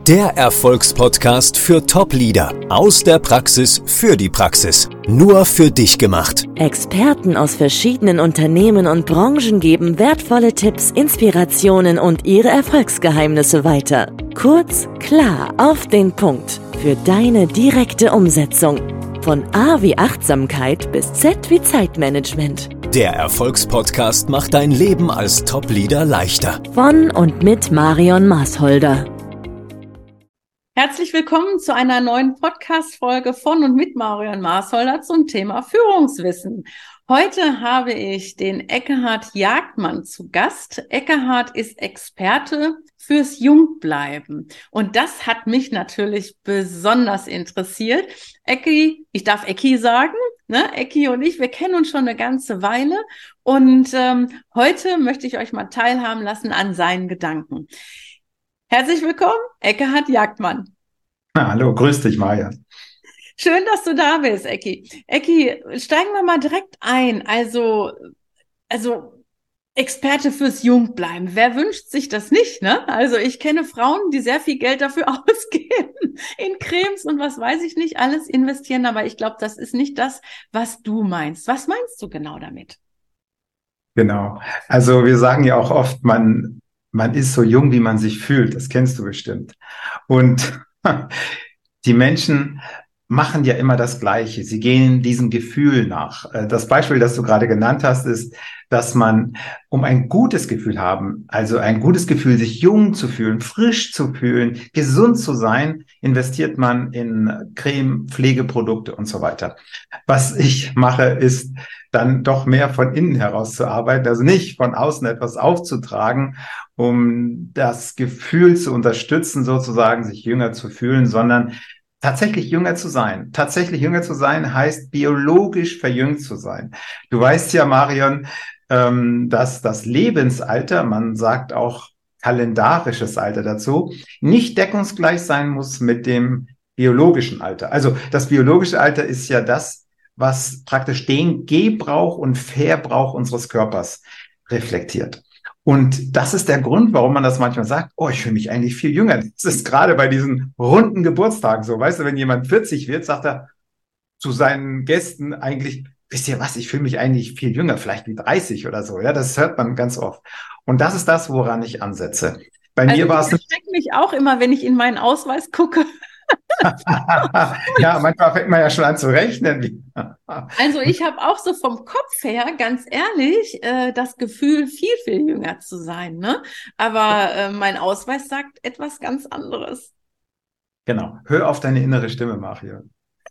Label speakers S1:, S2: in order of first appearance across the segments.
S1: Der Erfolgspodcast für Top-Leader. Aus der Praxis für die Praxis. Nur für dich gemacht.
S2: Experten aus verschiedenen Unternehmen und Branchen geben wertvolle Tipps, Inspirationen und ihre Erfolgsgeheimnisse weiter. Kurz, klar, auf den Punkt. Für deine direkte Umsetzung. Von A wie Achtsamkeit bis Z wie Zeitmanagement.
S1: Der Erfolgspodcast macht dein Leben als Top-Leader leichter.
S2: Von und mit Marion Maasholder.
S3: Herzlich willkommen zu einer neuen Podcast-Folge von und mit Marion Maasholder zum Thema Führungswissen. Heute habe ich den Ekkehard Jagdmann zu Gast. Ekkehard ist Experte fürs Jungbleiben. Und das hat mich natürlich besonders interessiert. Ecki, ich darf Ecki sagen, ne? Ecki und ich, wir kennen uns schon eine ganze Weile. Und heute möchte ich euch mal teilhaben lassen an seinen Gedanken. Herzlich willkommen, Ekkehard Jagdmann.
S4: Hallo, grüß dich, Marion.
S3: Schön, dass du da bist, Ecki. Ecki, steigen wir mal direkt ein. Also Experte fürs Jungbleiben. Wer wünscht sich das nicht, ne? Also ich kenne Frauen, die sehr viel Geld dafür ausgeben, in Cremes und was weiß ich nicht, alles investieren. Aber ich glaube, das ist nicht das, was du meinst. Was meinst du genau damit?
S4: Genau. Also wir sagen ja auch oft, man ist so jung, wie man sich fühlt. Das kennst du bestimmt. Und die Menschen machen ja immer das Gleiche. Sie gehen diesem Gefühl nach. Das Beispiel, das du gerade genannt hast, ist, dass man, um ein gutes Gefühl haben, also ein gutes Gefühl, sich jung zu fühlen, frisch zu fühlen, gesund zu sein, investiert man in Creme, Pflegeprodukte und so weiter. Was ich mache, ist dann doch mehr von innen heraus zu arbeiten, also nicht von außen etwas aufzutragen, um das Gefühl zu unterstützen, sozusagen sich jünger zu fühlen, sondern tatsächlich jünger zu sein. Tatsächlich jünger zu sein heißt biologisch verjüngt zu sein. Du weißt ja, Marion, dass das Lebensalter, man sagt auch kalendarisches Alter dazu, nicht deckungsgleich sein muss mit dem biologischen Alter. Also das biologische Alter ist ja das, was praktisch den Gebrauch und Verbrauch unseres Körpers reflektiert. Und das ist der Grund, warum man das manchmal sagt, oh, ich fühle mich eigentlich viel jünger. Das ist gerade bei diesen runden Geburtstagen so. Weißt du, wenn jemand 40 wird, sagt er zu seinen Gästen eigentlich, wisst ihr was, ich fühle mich eigentlich viel jünger, vielleicht wie 30 oder so. Ja, das hört man ganz oft. Und das ist das, woran ich ansetze. Bei mir war es...
S3: Ich erschrecke mich auch immer, wenn ich in meinen Ausweis gucke.
S4: Ja, manchmal fängt man ja schon an zu rechnen.
S3: Also ich habe auch so vom Kopf her, ganz ehrlich, das Gefühl, viel, viel jünger zu sein, ne? Aber mein Ausweis sagt etwas ganz anderes.
S4: Genau. Hör auf deine innere Stimme, Mario.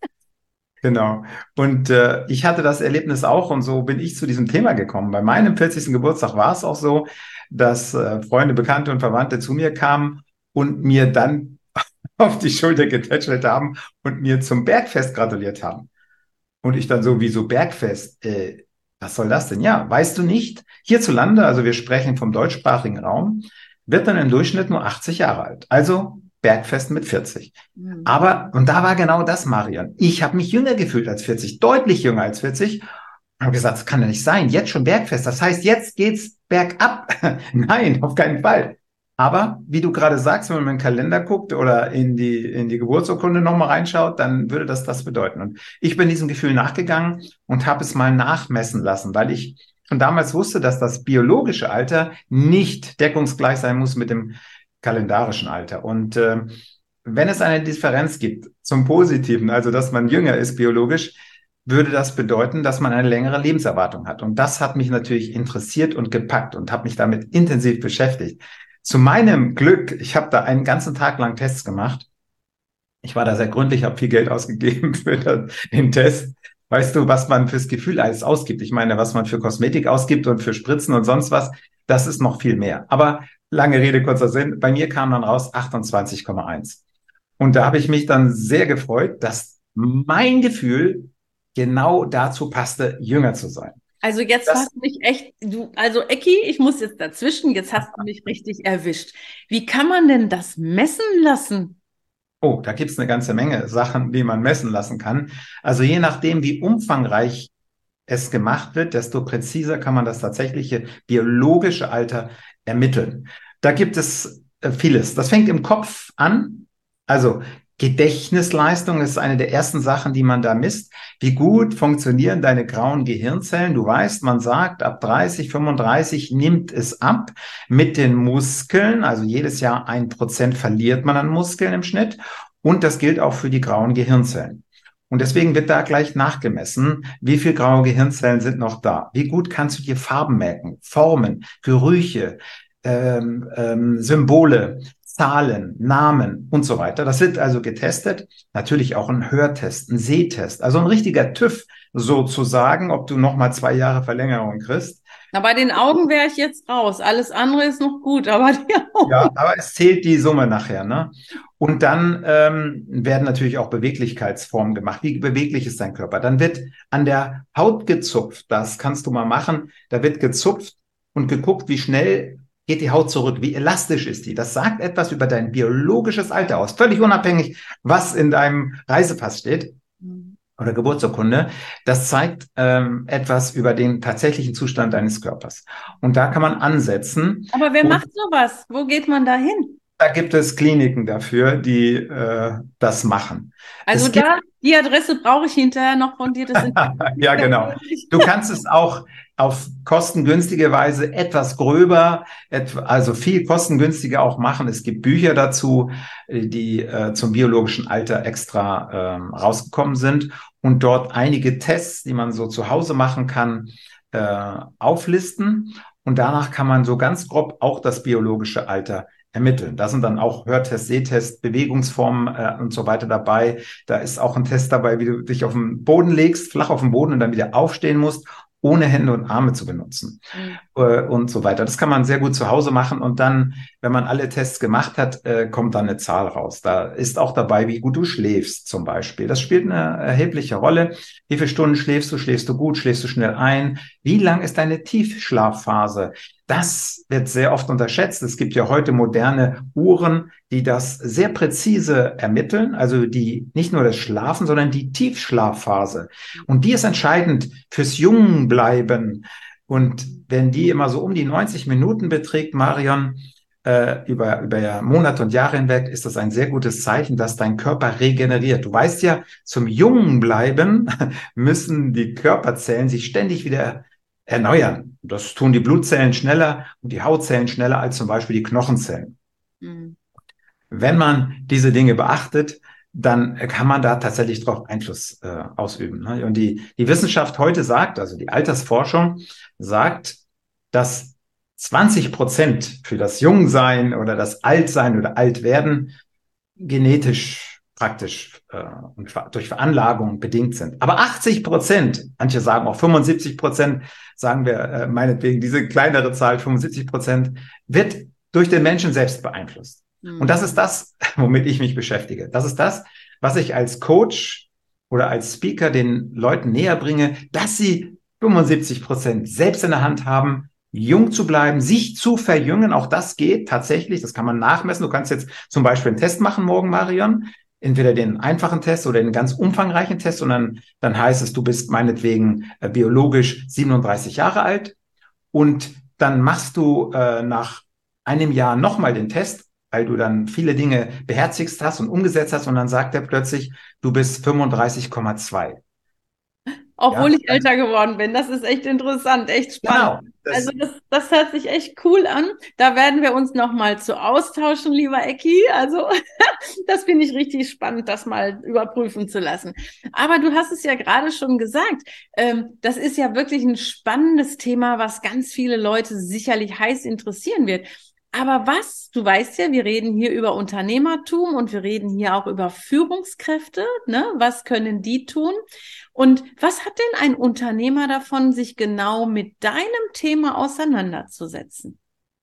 S4: Genau. Und ich hatte das Erlebnis auch und so bin ich zu diesem Thema gekommen. Bei meinem 40. Geburtstag war es auch so, dass Freunde, Bekannte und Verwandte zu mir kamen und mir dann auf die Schulter getätschelt haben und mir zum Bergfest gratuliert haben. Und ich dann so, wieso Bergfest? Was soll das denn? Ja, weißt du nicht? Hierzulande, also wir sprechen vom deutschsprachigen Raum, wird man im Durchschnitt nur 80 Jahre alt. Also Bergfest mit 40. Aber, und da war genau das, Marion. Ich habe mich jünger gefühlt als 40, deutlich jünger als 40. Und habe gesagt, das kann ja nicht sein. Jetzt schon Bergfest. Das heißt, jetzt geht's bergab. Nein, auf keinen Fall. Aber wie du gerade sagst, wenn man in den Kalender guckt oder in die Geburtsurkunde nochmal reinschaut, dann würde das bedeuten. Und ich bin diesem Gefühl nachgegangen und habe es mal nachmessen lassen, weil ich schon damals wusste, dass das biologische Alter nicht deckungsgleich sein muss mit dem kalendarischen Alter. Und wenn es eine Differenz gibt zum Positiven, also dass man jünger ist biologisch, würde das bedeuten, dass man eine längere Lebenserwartung hat. Und das hat mich natürlich interessiert und gepackt und habe mich damit intensiv beschäftigt. Zu meinem Glück, ich habe da einen ganzen Tag lang Tests gemacht. Ich war da sehr gründlich, habe viel Geld ausgegeben für den Test. Weißt du, was man fürs Gefühl alles ausgibt? Ich meine, was man für Kosmetik ausgibt und für Spritzen und sonst was, das ist noch viel mehr. Aber lange Rede, kurzer Sinn, bei mir kam dann raus 28,1. Und da habe ich mich dann sehr gefreut, dass mein Gefühl genau dazu passte, jünger zu sein.
S3: Also jetzt hast du mich echt, also Ecki, ich muss jetzt dazwischen, jetzt hast du mich richtig erwischt. Wie kann man denn das messen lassen?
S4: Oh, da gibt's eine ganze Menge Sachen, die man messen lassen kann. Also je nachdem, wie umfangreich es gemacht wird, desto präziser kann man das tatsächliche biologische Alter ermitteln. Da gibt es vieles. Das fängt im Kopf an. Also Gedächtnisleistung ist eine der ersten Sachen, die man da misst. Wie gut funktionieren deine grauen Gehirnzellen? Du weißt, man sagt, ab 30, 35 nimmt es ab mit den Muskeln. Also jedes Jahr 1% verliert man an Muskeln im Schnitt. Und das gilt auch für die grauen Gehirnzellen. Und deswegen wird da gleich nachgemessen, wie viel graue Gehirnzellen sind noch da. Wie gut kannst du dir Farben merken, Formen, Gerüche, Symbole, Zahlen, Namen und so weiter. Das wird also getestet. Natürlich auch ein Hörtest, ein Sehtest. Also ein richtiger TÜV sozusagen, ob du nochmal 2 Jahre Verlängerung kriegst.
S3: Na, bei den Augen wäre ich jetzt raus. Alles andere ist noch gut, aber die Augen.
S4: Ja, aber es zählt die Summe nachher, ne? Und dann werden natürlich auch Beweglichkeitsformen gemacht. Wie beweglich ist dein Körper? Dann wird an der Haut gezupft. Das kannst du mal machen. Da wird gezupft und geguckt, wie schnell geht die Haut zurück, wie elastisch ist die. Das sagt etwas über dein biologisches Alter aus. Völlig unabhängig, was in deinem Reisepass steht oder Geburtsurkunde. Das zeigt etwas über den tatsächlichen Zustand deines Körpers. Und da kann man ansetzen.
S3: Aber wer macht sowas? Wo geht man da hin?
S4: Da gibt es Kliniken dafür, die das machen.
S3: Also die Adresse brauche ich hinterher noch von dir. Das
S4: ja, genau. Du kannst es auch auf kostengünstige Weise etwas gröber, also viel kostengünstiger auch machen. Es gibt Bücher dazu, die zum biologischen Alter extra rausgekommen sind und dort einige Tests, die man so zu Hause machen kann, auflisten. Und danach kann man so ganz grob auch das biologische Alter ermitteln. Da sind dann auch Hörtest, Sehtest, Bewegungsformen und so weiter dabei. Da ist auch ein Test dabei, wie du dich auf den Boden legst, flach auf den Boden und dann wieder aufstehen musst, ohne Hände und Arme zu benutzen und so weiter. Das kann man sehr gut zu Hause machen und dann, wenn man alle Tests gemacht hat, kommt dann eine Zahl raus. Da ist auch dabei, wie gut du schläfst zum Beispiel. Das spielt eine erhebliche Rolle. Wie viele Stunden schläfst du? Schläfst du gut? Schläfst du schnell ein? Wie lang ist deine Tiefschlafphase? Das wird sehr oft unterschätzt. Es gibt ja heute moderne Uhren, die das sehr präzise ermitteln, also die nicht nur das Schlafen, sondern die Tiefschlafphase. Und die ist entscheidend fürs Jungbleiben. Und wenn die immer so um die 90 Minuten beträgt, Marion, über Monate und Jahre hinweg, ist das ein sehr gutes Zeichen, dass dein Körper regeneriert. Du weißt ja, zum Jungbleiben müssen die Körperzellen sich ständig wieder erneuern. Das tun die Blutzellen schneller und die Hautzellen schneller als zum Beispiel die Knochenzellen. Mhm. Wenn man diese Dinge beachtet, dann kann man da tatsächlich drauf Einfluss ausüben. Ne? Und die Wissenschaft heute sagt, also die Altersforschung sagt, dass 20% für das Jungsein oder das Altsein oder Altwerden genetisch praktisch durch Veranlagung bedingt sind. Aber 80%, manche sagen auch 75%, sagen wir meinetwegen diese kleinere Zahl, 75%, wird durch den Menschen selbst beeinflusst. Und das ist das, womit ich mich beschäftige. Das ist das, was ich als Coach oder als Speaker den Leuten näher bringe, dass sie 75% selbst in der Hand haben, jung zu bleiben, sich zu verjüngen. Auch das geht tatsächlich, das kann man nachmessen. Du kannst jetzt zum Beispiel einen Test machen morgen, Marion. Entweder den einfachen Test oder den ganz umfangreichen Test und dann heißt es, du bist meinetwegen biologisch 37 Jahre alt und dann machst du nach einem Jahr nochmal den Test, weil du dann viele Dinge beherzigt hast und umgesetzt hast und dann sagt er plötzlich, du bist 35,2.
S3: Obwohl ich älter geworden bin. Das ist echt interessant, echt spannend. Genau, also das hört sich echt cool an. Da werden wir uns nochmal zu austauschen, lieber Ecki. Also das finde ich richtig spannend, das mal überprüfen zu lassen. Aber du hast es ja gerade schon gesagt, das ist ja wirklich ein spannendes Thema, was ganz viele Leute sicherlich heiß interessieren wird. Aber du weißt ja, wir reden hier über Unternehmertum und wir reden hier auch über Führungskräfte, ne? Was können die tun? Und was hat denn ein Unternehmer davon, sich genau mit deinem Thema auseinanderzusetzen?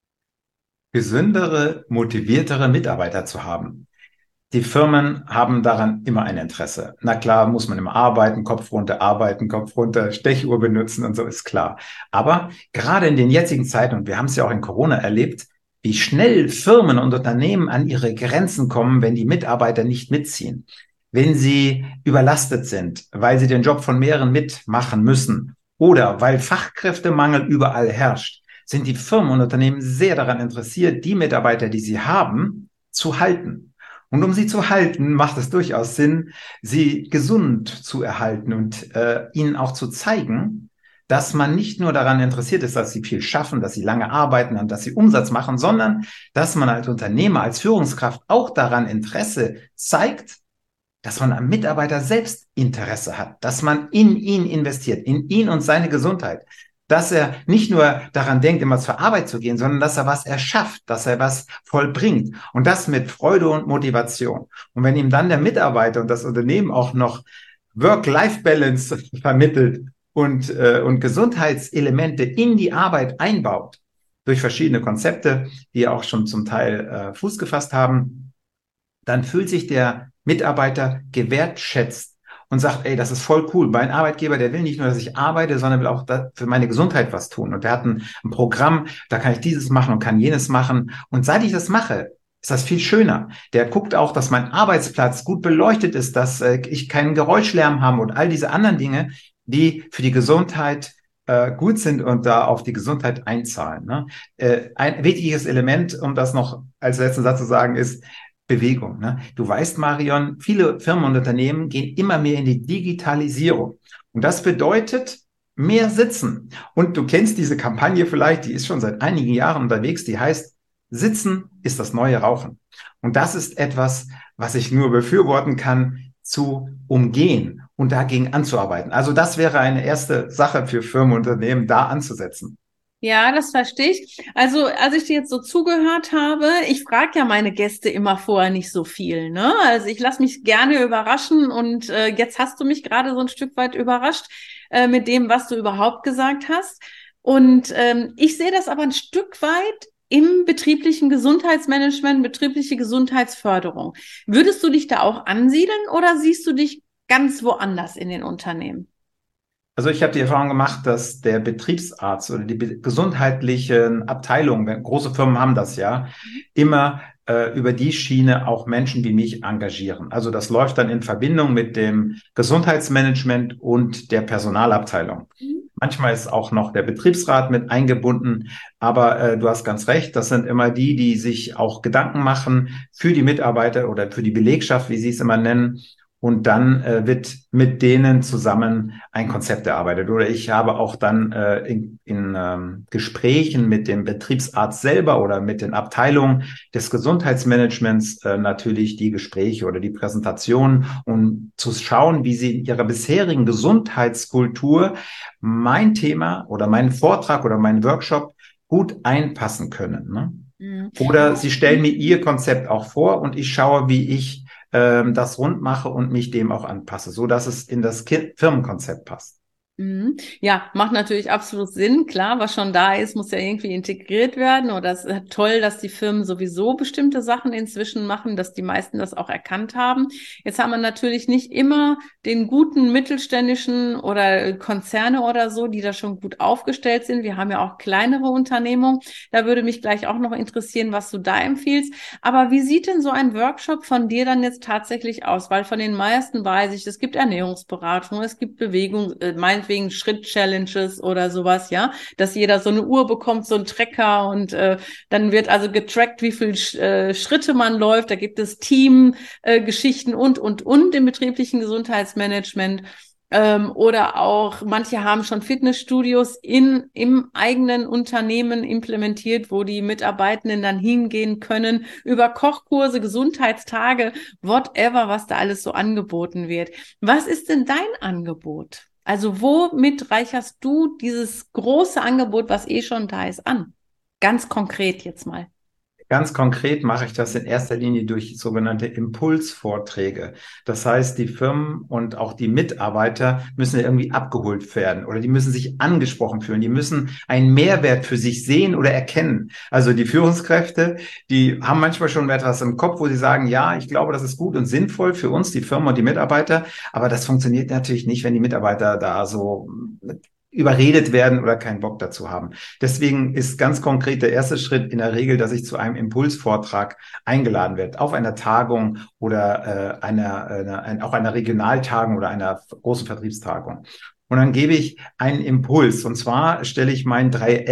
S4: Gesündere, motiviertere Mitarbeiter zu haben. Die Firmen haben daran immer ein Interesse. Na klar, muss man immer arbeiten, Kopf runter, Stechuhr benutzen und so ist klar. Aber gerade in den jetzigen Zeiten, und wir haben es ja auch in Corona erlebt, wie schnell Firmen und Unternehmen an ihre Grenzen kommen, wenn die Mitarbeiter nicht mitziehen, wenn sie überlastet sind, weil sie den Job von mehreren mitmachen müssen oder weil Fachkräftemangel überall herrscht, sind die Firmen und Unternehmen sehr daran interessiert, die Mitarbeiter, die sie haben, zu halten. Und um sie zu halten, macht es durchaus Sinn, sie gesund zu erhalten und ihnen auch zu zeigen, dass man nicht nur daran interessiert ist, dass sie viel schaffen, dass sie lange arbeiten und dass sie Umsatz machen, sondern dass man als Unternehmer, als Führungskraft auch daran Interesse zeigt, dass man am Mitarbeiter selbst Interesse hat, dass man in ihn investiert, in ihn und seine Gesundheit, dass er nicht nur daran denkt, immer zur Arbeit zu gehen, sondern dass er was erschafft, dass er was vollbringt und das mit Freude und Motivation. Und wenn ihm dann der Mitarbeiter und das Unternehmen auch noch Work-Life-Balance vermittelt und Gesundheitselemente in die Arbeit einbaut, durch verschiedene Konzepte, die auch schon zum Teil Fuß gefasst haben, dann fühlt sich der Mitarbeiter gewertschätzt und sagt, ey, das ist voll cool. Mein Arbeitgeber, der will nicht nur, dass ich arbeite, sondern will auch für meine Gesundheit was tun. Und der hat ein Programm, da kann ich dieses machen und kann jenes machen. Und seit ich das mache, ist das viel schöner. Der guckt auch, dass mein Arbeitsplatz gut beleuchtet ist, dass ich keinen Geräuschlärm habe und all diese anderen Dinge, die für die Gesundheit gut sind und da auf die Gesundheit einzahlen. Ne? Ein wichtiges Element, um das noch als letzten Satz zu sagen, ist Bewegung. Ne? Du weißt, Marion, viele Firmen und Unternehmen gehen immer mehr in die Digitalisierung. Und das bedeutet mehr Sitzen. Und du kennst diese Kampagne vielleicht, die ist schon seit einigen Jahren unterwegs, die heißt, Sitzen ist das neue Rauchen. Und das ist etwas, was ich nur befürworten kann, zu umgehen und dagegen anzuarbeiten. Also das wäre eine erste Sache für Firmen und Unternehmen, da anzusetzen.
S3: Ja, das verstehe ich. Also, als ich dir jetzt so zugehört habe, ich frage ja meine Gäste immer vorher nicht so viel, ne? Also ich lasse mich gerne überraschen und jetzt hast du mich gerade so ein Stück weit überrascht mit dem, was du überhaupt gesagt hast. Und ich sehe das aber ein Stück weit im betrieblichen Gesundheitsmanagement, betriebliche Gesundheitsförderung. Würdest du dich da auch ansiedeln oder siehst du dich ganz woanders in den Unternehmen?
S4: Also ich habe die Erfahrung gemacht, dass der Betriebsarzt oder die gesundheitlichen Abteilungen, große Firmen haben das ja, immer über die Schiene auch Menschen wie mich engagieren. Also das läuft dann in Verbindung mit dem Gesundheitsmanagement und der Personalabteilung. Manchmal ist auch noch der Betriebsrat mit eingebunden, aber du hast ganz recht, das sind immer die, die sich auch Gedanken machen für die Mitarbeiter oder für die Belegschaft, wie sie es immer nennen. Und dann wird mit denen zusammen ein Konzept erarbeitet. Oder ich habe auch dann in Gesprächen mit dem Betriebsarzt selber oder mit den Abteilungen des Gesundheitsmanagements natürlich die Gespräche oder die Präsentationen, um zu schauen, wie sie in ihrer bisherigen Gesundheitskultur mein Thema oder meinen Vortrag oder meinen Workshop gut einpassen können. Ne? Mhm. Oder sie stellen mir ihr Konzept auch vor und ich schaue, wie ich das rund mache und mich dem auch anpasse, so dass es in das Firmenkonzept passt.
S3: Ja, macht natürlich absolut Sinn. Klar, was schon da ist, muss ja irgendwie integriert werden. Oder es ist toll, dass die Firmen sowieso bestimmte Sachen inzwischen machen, dass die meisten das auch erkannt haben. Jetzt haben wir natürlich nicht immer den guten mittelständischen oder Konzerne oder so, die da schon gut aufgestellt sind. Wir haben ja auch kleinere Unternehmungen. Da würde mich gleich auch noch interessieren, was du da empfiehlst. Aber wie sieht denn so ein Workshop von dir dann jetzt tatsächlich aus? Weil von den meisten weiß ich, es gibt Ernährungsberatung, es gibt Bewegung, meinetwegen Schritt-Challenges oder sowas, ja, dass jeder so eine Uhr bekommt, so ein Tracker und dann wird also getrackt, wie viel Schritte man läuft. Da gibt es Teamgeschichten und im betrieblichen Gesundheitsmanagement. Oder auch, manche haben schon Fitnessstudios im eigenen Unternehmen implementiert, wo die Mitarbeitenden dann hingehen können, über Kochkurse, Gesundheitstage, whatever, was da alles so angeboten wird. Was ist denn dein Angebot? Also womit reicherst du dieses große Angebot, was schon da ist, an? Ganz konkret jetzt mal.
S4: Ganz konkret mache ich das in erster Linie durch sogenannte Impulsvorträge. Das heißt, die Firmen und auch die Mitarbeiter müssen irgendwie abgeholt werden oder die müssen sich angesprochen fühlen. Die müssen einen Mehrwert für sich sehen oder erkennen. Also die Führungskräfte, die haben manchmal schon etwas im Kopf, wo sie sagen, ja, ich glaube, das ist gut und sinnvoll für uns, die Firma und die Mitarbeiter. Aber das funktioniert natürlich nicht, wenn die Mitarbeiter da so überredet werden oder keinen Bock dazu haben. Deswegen ist ganz konkret der erste Schritt in der Regel, dass ich zu einem Impulsvortrag eingeladen werde, auf einer Tagung oder auch einer Regionaltagung oder einer großen Vertriebstagung. Und dann gebe ich einen Impuls. Und zwar stelle ich mein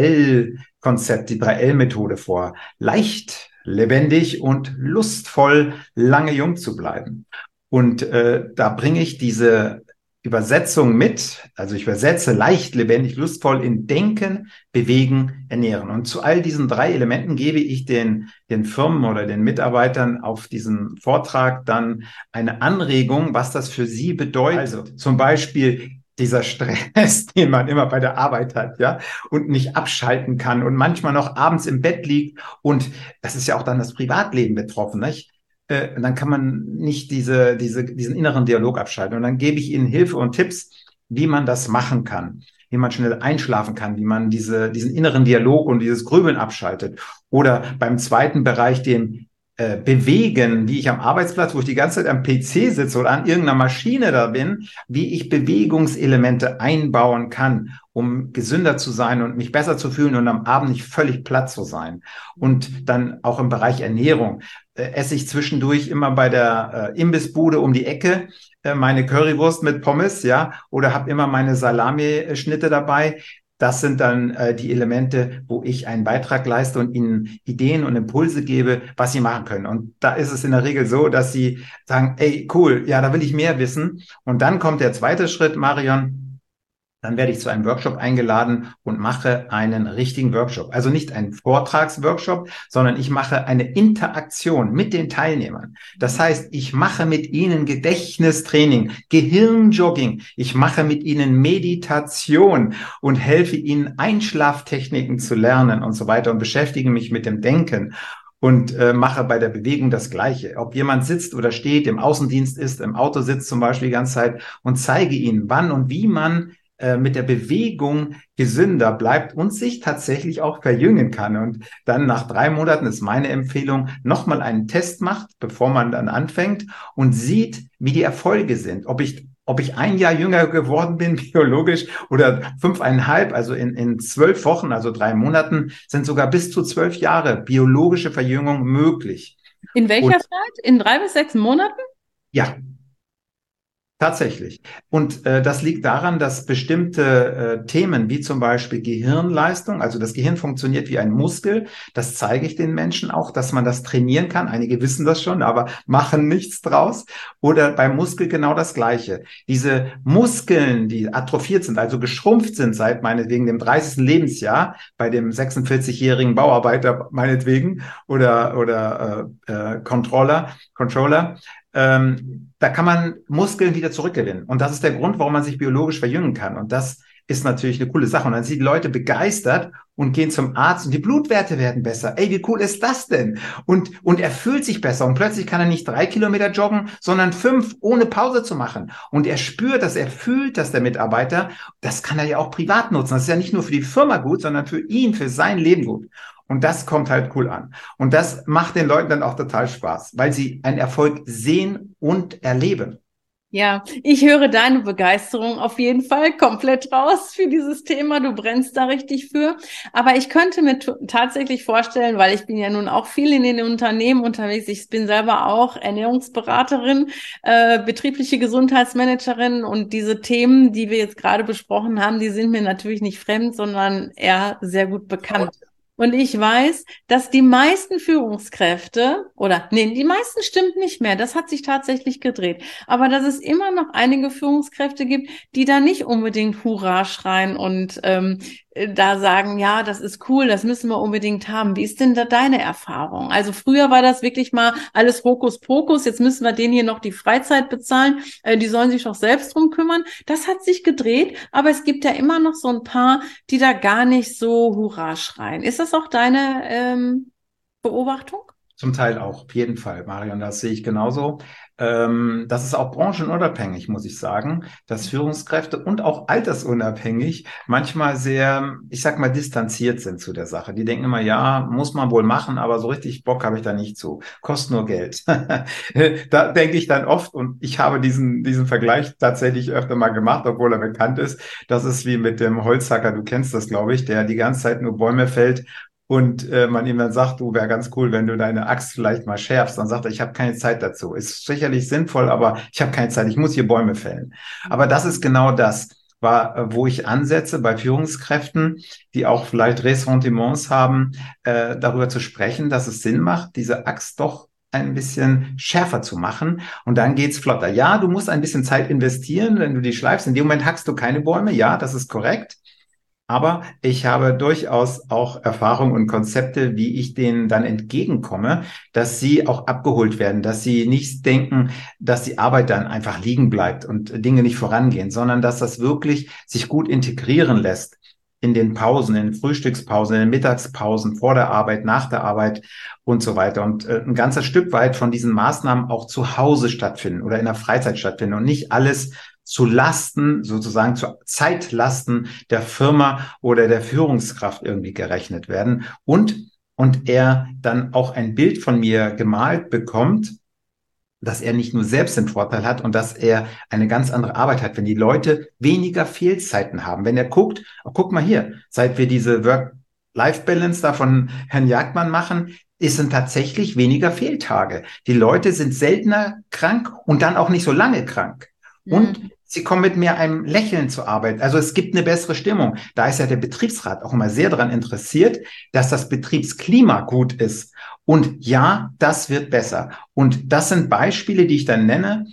S4: 3L-Konzept, die 3L-Methode vor. Leicht, lebendig und lustvoll lange jung zu bleiben. Und da bringe ich diese Übersetzung mit, also ich übersetze leicht, lebendig, lustvoll in Denken, Bewegen, Ernähren. Und zu all diesen 3 Elementen gebe ich den Firmen oder den Mitarbeitern auf diesem Vortrag dann eine Anregung, was das für sie bedeutet. Also zum Beispiel dieser Stress, den man immer bei der Arbeit hat, ja, und nicht abschalten kann und manchmal noch abends im Bett liegt. Und das ist ja auch dann das Privatleben betroffen, nicht? Dann kann man nicht diesen inneren Dialog abschalten. Und dann gebe ich Ihnen Hilfe und Tipps, wie man das machen kann, wie man schnell einschlafen kann, wie man diesen inneren Dialog und dieses Grübeln abschaltet. Oder beim zweiten Bereich, den Bewegen, wie ich am Arbeitsplatz, wo ich die ganze Zeit am PC sitze oder an irgendeiner Maschine da bin, wie ich Bewegungselemente einbauen kann, um gesünder zu sein und mich besser zu fühlen und am Abend nicht völlig platt zu sein. Und dann auch im Bereich Ernährung esse ich zwischendurch immer bei der Imbissbude um die Ecke meine Currywurst mit Pommes, ja, oder habe immer meine Salami-Schnitte dabei. Das sind dann die Elemente, wo ich einen Beitrag leiste und ihnen Ideen und Impulse gebe, was sie machen können. Und da ist es in der Regel so, dass sie sagen, ey, cool, ja, da will ich mehr wissen. Und dann kommt der zweite Schritt, Marion. Dann werde ich zu einem Workshop eingeladen und mache einen richtigen Workshop. Also nicht einen Vortragsworkshop, sondern ich mache eine Interaktion mit den Teilnehmern. Das heißt, ich mache mit ihnen Gedächtnistraining, Gehirnjogging. Ich mache mit ihnen Meditation und helfe ihnen, Einschlaftechniken zu lernen und so weiter und beschäftige mich mit dem Denken. Und mache bei der Bewegung das Gleiche. Ob jemand sitzt oder steht, im Außendienst ist, im Auto sitzt zum Beispiel die ganze Zeit und zeige ihnen, wann und wie man mit der Bewegung gesünder bleibt und sich tatsächlich auch verjüngen kann. Und dann nach 3 Monaten ist meine Empfehlung, nochmal einen Test macht, bevor man dann anfängt und sieht, wie die Erfolge sind. Ob ich 1 Jahr jünger geworden bin, biologisch, oder 5,5, also in 12 Wochen, also 3 Monaten, sind sogar bis zu 12 Jahre biologische Verjüngung möglich.
S3: In welcher Zeit? In 3 bis 6 Monaten?
S4: Ja. Tatsächlich. Und das liegt daran, dass bestimmte Themen wie zum Beispiel Gehirnleistung, also das Gehirn funktioniert wie ein Muskel, das zeige ich den Menschen auch, dass man das trainieren kann. Einige wissen das schon, aber machen nichts draus. Oder beim Muskel genau das Gleiche. Diese Muskeln, die atrophiert sind, also geschrumpft sind seit meinetwegen dem 30. Lebensjahr, bei dem 46-jährigen Bauarbeiter meinetwegen oder Controller, da kann man Muskeln wieder zurückgewinnen. Und das ist der Grund, warum man sich biologisch verjüngen kann. Und das ist natürlich eine coole Sache. Und dann sind die Leute begeistert und gehen zum Arzt und die Blutwerte werden besser. Ey, wie cool ist das denn? Und er fühlt sich besser. Und plötzlich kann er nicht 3 Kilometer joggen, sondern 5, ohne Pause zu machen. Und er spürt, dass er fühlt, dass der Mitarbeiter, das kann er ja auch privat nutzen. Das ist ja nicht nur für die Firma gut, sondern für ihn, für sein Leben gut. Und das kommt halt cool an. Und das macht den Leuten dann auch total Spaß, weil sie einen Erfolg sehen und erleben.
S3: Ja, ich höre deine Begeisterung auf jeden Fall komplett raus für dieses Thema. Du brennst da richtig für. Aber ich könnte mir tatsächlich vorstellen, weil ich bin ja nun auch viel in den Unternehmen unterwegs. Ich bin selber auch Ernährungsberaterin, betriebliche Gesundheitsmanagerin, und diese Themen, die wir jetzt gerade besprochen haben, die sind mir natürlich nicht fremd, sondern eher sehr gut bekannt. Und ich weiß, dass die meisten Führungskräfte, die meisten stimmt nicht mehr, das hat sich tatsächlich gedreht, aber dass es immer noch einige Führungskräfte gibt, die da nicht unbedingt Hurra schreien und da sagen, ja, das ist cool, das müssen wir unbedingt haben. Wie ist denn da deine Erfahrung? Also früher war das wirklich mal alles Hokuspokus, jetzt müssen wir denen hier noch die Freizeit bezahlen, die sollen sich doch selbst drum kümmern. Das hat sich gedreht, aber es gibt ja immer noch so ein paar, die da gar nicht so Hurra schreien. Ist das auch deine Beobachtung?
S4: Zum Teil auch, auf jeden Fall, Marion, das sehe ich genauso. Das ist auch branchenunabhängig, muss ich sagen, dass Führungskräfte und auch altersunabhängig manchmal sehr, ich sag mal, distanziert sind zu der Sache. Die denken immer, ja, muss man wohl machen, aber so richtig Bock habe ich da nicht zu. Kostet nur Geld. Da denke ich dann oft, und ich habe diesen Vergleich tatsächlich öfter mal gemacht, obwohl er bekannt ist. Das ist wie mit dem Holzhacker, du kennst das, glaube ich, der die ganze Zeit nur Bäume fällt. Und man ihm dann sagt, du, wäre ganz cool, wenn du deine Axt vielleicht mal schärfst. Dann sagt er, ich habe keine Zeit dazu. Ist sicherlich sinnvoll, aber ich habe keine Zeit. Ich muss hier Bäume fällen. Aber das ist genau das, wo ich ansetze bei Führungskräften, die auch vielleicht Ressentiments haben, darüber zu sprechen, dass es Sinn macht, diese Axt doch ein bisschen schärfer zu machen. Und dann geht's flotter. Ja, du musst ein bisschen Zeit investieren, wenn du die schleifst. In dem Moment hackst du keine Bäume. Ja, das ist korrekt. Aber ich habe durchaus auch Erfahrung und Konzepte, wie ich denen dann entgegenkomme, dass sie auch abgeholt werden, dass sie nicht denken, dass die Arbeit dann einfach liegen bleibt und Dinge nicht vorangehen, sondern dass das wirklich sich gut integrieren lässt in den Pausen, in den Frühstückspausen, in den Mittagspausen, vor der Arbeit, nach der Arbeit und so weiter. Und ein ganzes Stück weit von diesen Maßnahmen auch zu Hause stattfinden oder in der Freizeit stattfinden und nicht alles zu Lasten, sozusagen zu Zeitlasten der Firma oder der Führungskraft irgendwie gerechnet werden und er dann auch ein Bild von mir gemalt bekommt, dass er nicht nur selbst den Vorteil hat und dass er eine ganz andere Arbeit hat, wenn die Leute weniger Fehlzeiten haben. Wenn er guckt, oh, guck mal hier, seit wir diese Work-Life-Balance da von Herrn Jagdmann machen, sind tatsächlich weniger Fehltage. Die Leute sind seltener krank und dann auch nicht so lange krank. Und sie kommen mit mehr einem Lächeln zur Arbeit. Also es gibt eine bessere Stimmung. Da ist ja der Betriebsrat auch immer sehr daran interessiert, dass das Betriebsklima gut ist. Und ja, das wird besser. Und das sind Beispiele, die ich dann nenne,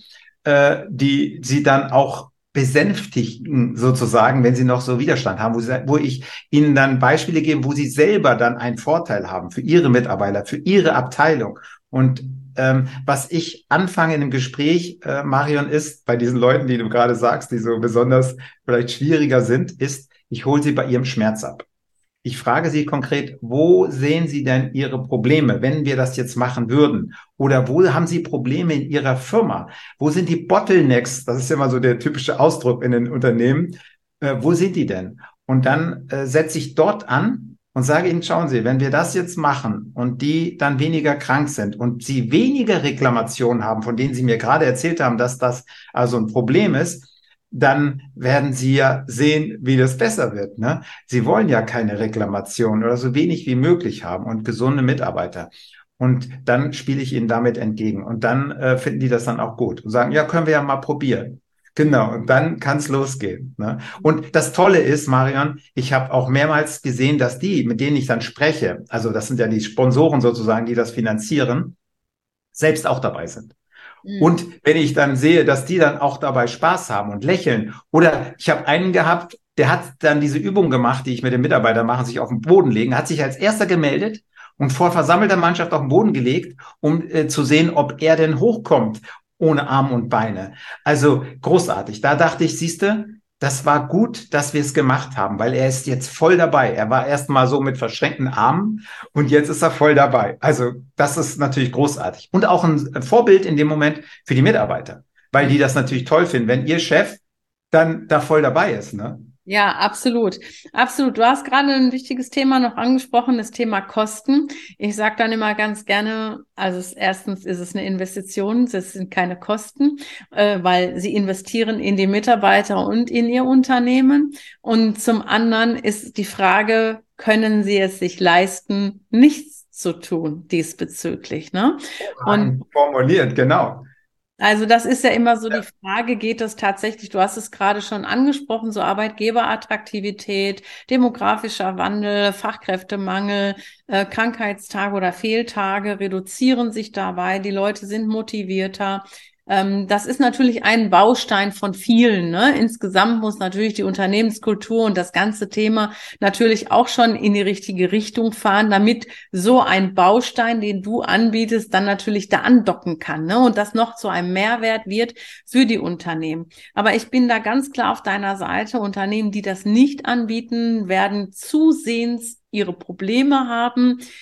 S4: die sie dann auch besänftigen sozusagen, wenn sie noch so Widerstand haben, wo ich ihnen dann Beispiele gebe, wo sie selber dann einen Vorteil haben für ihre Mitarbeiter, für ihre Abteilung. Und was ich anfange in dem Gespräch, Marion, ist, bei diesen Leuten, die du gerade sagst, die so besonders vielleicht schwieriger sind, ist, ich hole sie bei ihrem Schmerz ab. Ich frage sie konkret, wo sehen Sie denn Ihre Probleme, wenn wir das jetzt machen würden? Oder wo haben Sie Probleme in Ihrer Firma? Wo sind die Bottlenecks? Das ist ja immer so der typische Ausdruck in den Unternehmen. Wo sind die denn? Und dann setze ich dort an und sage Ihnen, schauen Sie, wenn wir das jetzt machen und die dann weniger krank sind und Sie weniger Reklamationen haben, von denen Sie mir gerade erzählt haben, dass das also ein Problem ist, dann werden Sie ja sehen, wie das besser wird. Ne? Sie wollen ja keine Reklamation oder so wenig wie möglich haben und gesunde Mitarbeiter. Und dann spiele ich Ihnen damit entgegen. Und dann finden die das dann auch gut und sagen, ja, können wir ja mal probieren. Genau, und dann kann es losgehen. Ne? Und das Tolle ist, Marion, ich habe auch mehrmals gesehen, dass die, mit denen ich dann spreche, also das sind ja die Sponsoren sozusagen, die das finanzieren, selbst auch dabei sind. Und wenn ich dann sehe, dass die dann auch dabei Spaß haben und lächeln, oder ich habe einen gehabt, der hat dann diese Übung gemacht, die ich mit den Mitarbeitern mache, sich auf den Boden legen, hat sich als erster gemeldet und vor versammelter Mannschaft auf den Boden gelegt, um zu sehen, ob er denn hochkommt, ohne Arme und Beine. Also großartig. Da dachte ich, siehste, das war gut, dass wir es gemacht haben, weil er ist jetzt voll dabei. Er war erst mal so mit verschränkten Armen und jetzt ist er voll dabei. Also das ist natürlich großartig. Und auch ein Vorbild in dem Moment für die Mitarbeiter, weil die das natürlich toll finden, wenn ihr Chef dann da voll dabei ist, ne?
S3: Ja, absolut. Absolut. Du hast gerade ein wichtiges Thema noch angesprochen, das Thema Kosten. Ich sage dann immer ganz gerne, also erstens ist es eine Investition, es sind keine Kosten, weil sie investieren in die Mitarbeiter und in ihr Unternehmen. Und zum anderen ist die Frage, können sie es sich leisten, nichts zu tun diesbezüglich, ne? Und
S4: formuliert, genau.
S3: also das ist ja immer so die Frage, geht das tatsächlich, du hast es gerade schon angesprochen, so Arbeitgeberattraktivität, demografischer Wandel, Fachkräftemangel, Krankheitstage oder Fehltage reduzieren sich dabei, die Leute sind motivierter. Das ist natürlich ein Baustein von vielen, ne? Insgesamt muss natürlich die Unternehmenskultur und das ganze Thema natürlich auch schon in die richtige Richtung fahren, damit so ein Baustein, den du anbietest, dann natürlich da andocken kann, ne? Und das noch zu einem Mehrwert wird für die Unternehmen. Aber ich bin da ganz klar auf deiner Seite. Unternehmen, die das nicht anbieten, werden zusehends ihre Probleme haben,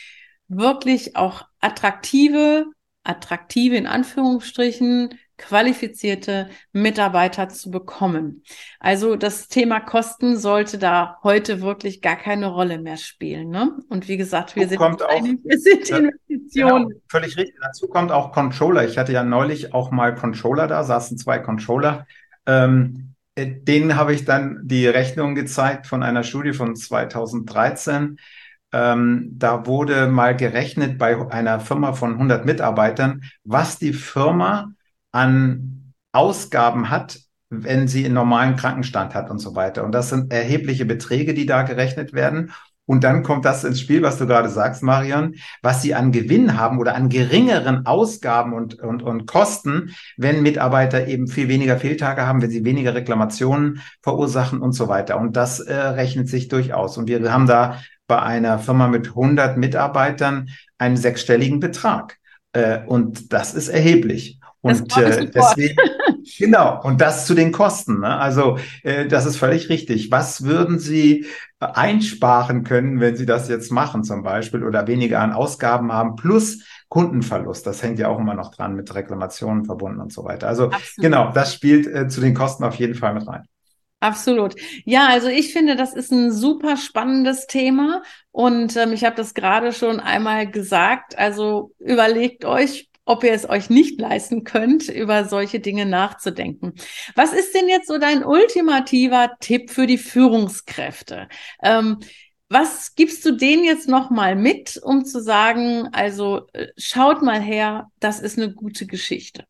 S3: wirklich auch attraktive in Anführungsstrichen, qualifizierte Mitarbeiter zu bekommen. Also das Thema Kosten sollte da heute wirklich gar keine Rolle mehr spielen, ne? Und wie gesagt, wir sind
S4: Genau,
S3: Investitionen.
S4: völlig richtig. Dazu kommt auch Controller. Ich hatte ja neulich auch mal Controller da, saßen 2 Controller. Denen habe ich dann die Rechnung gezeigt von einer Studie von 2013. Da wurde mal gerechnet bei einer Firma von 100 Mitarbeitern, was die Firma an Ausgaben hat, wenn sie einen normalen Krankenstand hat und so weiter. Und das sind erhebliche Beträge, die da gerechnet werden. Und dann kommt das ins Spiel, was du gerade sagst, Marion, was sie an Gewinn haben oder an geringeren Ausgaben und Kosten, wenn Mitarbeiter eben viel weniger Fehltage haben, wenn sie weniger Reklamationen verursachen und so weiter. Und das rechnet sich durchaus. Und wir haben da bei einer Firma mit 100 Mitarbeitern einen 6-stelligen Betrag. Und das ist erheblich. Und deswegen, genau, und das zu den Kosten. Ne? Also das ist völlig richtig. Was würden Sie einsparen können, wenn Sie das jetzt machen zum Beispiel oder weniger an Ausgaben haben, plus Kundenverlust? Das hängt ja auch immer noch dran mit Reklamationen verbunden und so weiter. Also
S3: Absolut.
S4: Genau, das spielt zu den Kosten auf jeden Fall mit rein.
S3: Absolut. Ja, also ich finde, das ist ein super spannendes Thema und ich habe das gerade schon einmal gesagt. Also überlegt euch, ob ihr es euch nicht leisten könnt, über solche Dinge nachzudenken. Was ist denn jetzt so dein ultimativer Tipp für die Führungskräfte? Was gibst du denen jetzt nochmal mit, um zu sagen, also schaut mal her, das ist eine gute Geschichte?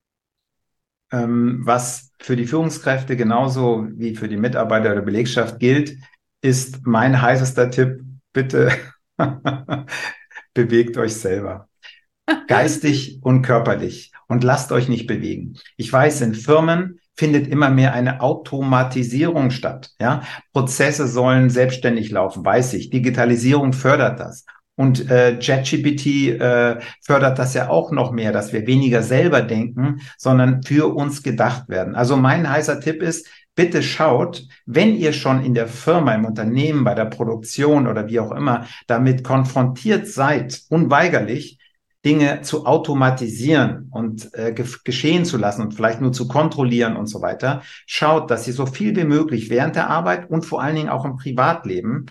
S4: Was für die Führungskräfte genauso wie für die Mitarbeiter der Belegschaft gilt, ist mein heißester Tipp, bitte bewegt euch selber. Geistig und körperlich und lasst euch nicht bewegen. Ich weiß, in Firmen findet immer mehr eine Automatisierung statt. Ja? Prozesse sollen selbstständig laufen, weiß ich. Digitalisierung fördert das. Und ChatGPT fördert das ja auch noch mehr, dass wir weniger selber denken, sondern für uns gedacht werden. Also mein heißer Tipp ist, bitte schaut, wenn ihr schon in der Firma, im Unternehmen, bei der Produktion oder wie auch immer damit konfrontiert seid, unweigerlich, Dinge zu automatisieren und geschehen zu lassen und vielleicht nur zu kontrollieren und so weiter. Schaut, dass ihr so viel wie möglich während der Arbeit und vor allen Dingen auch im Privatleben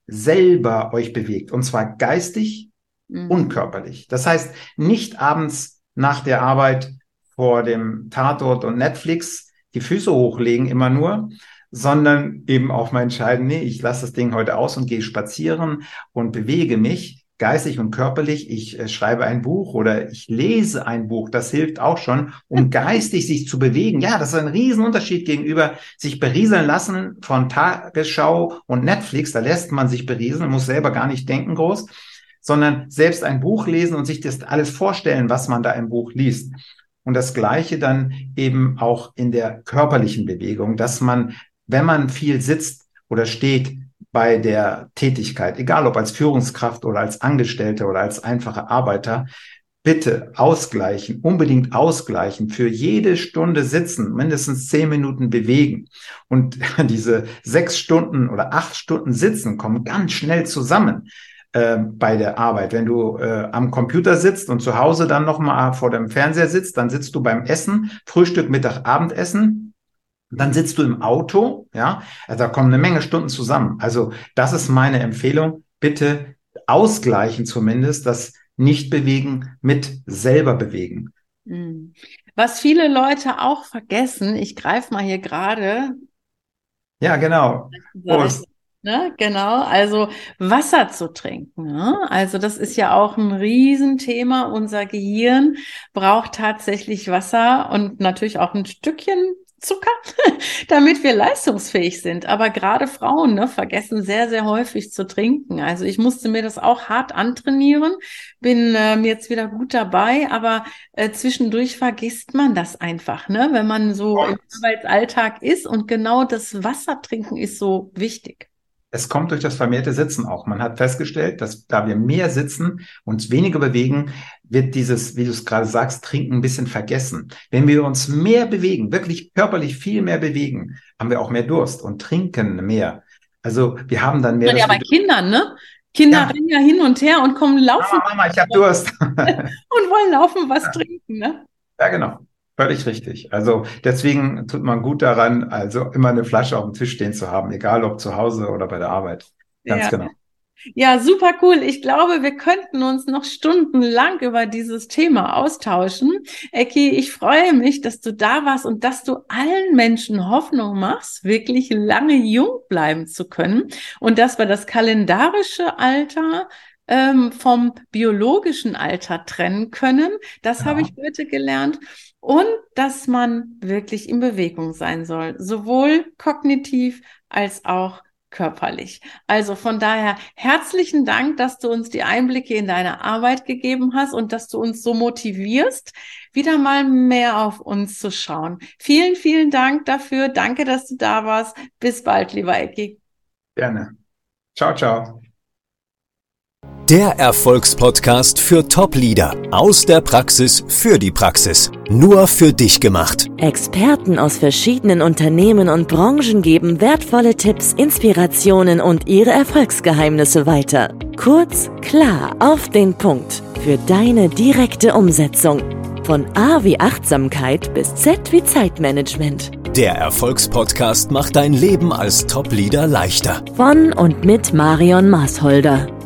S4: selber euch bewegt. Und zwar geistig und körperlich. Das heißt, nicht abends nach der Arbeit vor dem Tatort und Netflix die Füße hochlegen immer nur, sondern eben auch mal entscheiden, nee, ich lasse das Ding heute aus und gehe spazieren und bewege mich. Geistig und körperlich, ich schreibe ein Buch oder ich lese ein Buch, das hilft auch schon, um geistig sich zu bewegen. Ja, das ist ein Riesenunterschied gegenüber sich berieseln lassen von Tagesschau und Netflix. Da lässt man sich berieseln, muss selber gar nicht denken groß, sondern selbst ein Buch lesen und sich das alles vorstellen, was man da im Buch liest. Und das Gleiche dann eben auch in der körperlichen Bewegung, dass man, wenn man viel sitzt oder steht, bei der Tätigkeit, egal ob als Führungskraft oder als Angestellter oder als einfacher Arbeiter, bitte ausgleichen, unbedingt ausgleichen, für jede Stunde sitzen, mindestens 10 Minuten bewegen. Und diese 6 Stunden oder 8 Stunden sitzen kommen ganz schnell zusammen bei der Arbeit. Wenn du am Computer sitzt und zu Hause dann nochmal vor dem Fernseher sitzt, dann sitzt du beim Essen, Frühstück, Mittag, Abendessen. Dann sitzt du im Auto, ja, also da kommen eine Menge Stunden zusammen. Also das ist meine Empfehlung. Bitte ausgleichen zumindest das Nicht-Bewegen mit selber bewegen.
S3: Was viele Leute auch vergessen, ich greife mal hier gerade.
S4: Ja, genau. Prost.
S3: Ne, genau, also Wasser zu trinken. Ne? Also das ist ja auch ein Riesenthema. Unser Gehirn braucht tatsächlich Wasser und natürlich auch ein Stückchen Zucker, damit wir leistungsfähig sind. Aber gerade Frauen, ne, vergessen sehr, sehr häufig zu trinken. Also ich musste mir das auch hart antrainieren, bin jetzt wieder gut dabei, aber zwischendurch vergisst man das einfach, ne, wenn man so im Arbeitsalltag ist, und genau das Wassertrinken ist so wichtig.
S4: Es kommt durch das vermehrte Sitzen auch. Man hat festgestellt, dass da wir mehr sitzen, uns weniger bewegen, wird dieses, wie du es gerade sagst, Trinken ein bisschen vergessen. Wenn wir uns mehr bewegen, wirklich körperlich viel mehr bewegen, haben wir auch mehr Durst und trinken mehr. Also wir haben dann mehr.
S3: Ja, bei Kindern, ne? Kinder rennen ja hin und her und kommen laufen.
S4: Mama, ich habe Durst.
S3: Und wollen laufen, was trinken, ne?
S4: Ja, genau. Völlig richtig. Also deswegen tut man gut daran, also immer eine Flasche auf dem Tisch stehen zu haben, egal ob zu Hause oder bei der Arbeit. Ganz genau.
S3: Ja, super cool. Ich glaube, wir könnten uns noch stundenlang über dieses Thema austauschen. Ecki, ich freue mich, dass du da warst und dass du allen Menschen Hoffnung machst, wirklich lange jung bleiben zu können und dass wir das kalendarische Alter vom biologischen Alter trennen können. Das habe ich heute gelernt. Und dass man wirklich in Bewegung sein soll, sowohl kognitiv als auch körperlich. Also von daher herzlichen Dank, dass du uns die Einblicke in deine Arbeit gegeben hast und dass du uns so motivierst, wieder mal mehr auf uns zu schauen. Vielen, vielen Dank dafür. Danke, dass du da warst. Bis bald, lieber Ecki.
S4: Gerne. Ciao, ciao.
S1: Der Erfolgspodcast für Top-Leader aus der Praxis für die Praxis. Nur für dich gemacht.
S2: Experten aus verschiedenen Unternehmen und Branchen geben wertvolle Tipps, Inspirationen und ihre Erfolgsgeheimnisse weiter. Kurz, klar, auf den Punkt. Für deine direkte Umsetzung. Von A wie Achtsamkeit bis Z wie Zeitmanagement.
S1: Der Erfolgspodcast macht dein Leben als Top-Leader leichter.
S2: Von und mit Marion Maasholder.